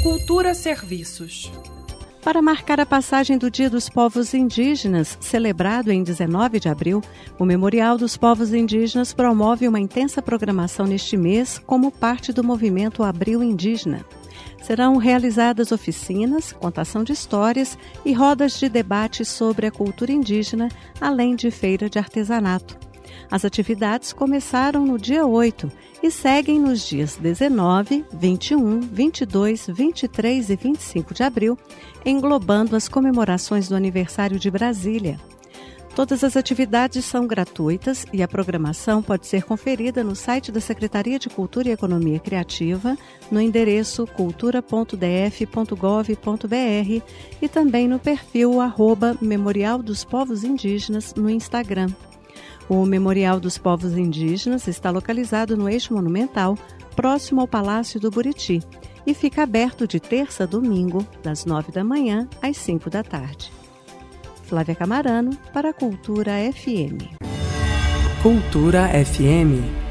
Cultura Serviços. Para marcar a passagem do Dia dos Povos Indígenas, celebrado em 19 de abril, o Memorial dos Povos Indígenas promove uma intensa programação neste mês como parte do movimento Abril Indígena. Serão realizadas oficinas, contação de histórias e rodas de debate sobre a cultura indígena, além de feira de artesanato. As atividades começaram no dia 8 e seguem nos dias 19, 21, 22, 23 e 25 de abril, englobando as comemorações do aniversário de Brasília. Todas as atividades são gratuitas e a programação pode ser conferida no site da Secretaria de Cultura e Economia Criativa, no endereço cultura.df.gov.br e também no perfil @Memorial dos Povos Indígenas no Instagram. O Memorial dos Povos Indígenas está localizado no Eixo Monumental, próximo ao Palácio do Buriti, e fica aberto de terça a domingo, das 9 da manhã às 5 da tarde. Flávia Camarano, para a Cultura FM. Cultura FM.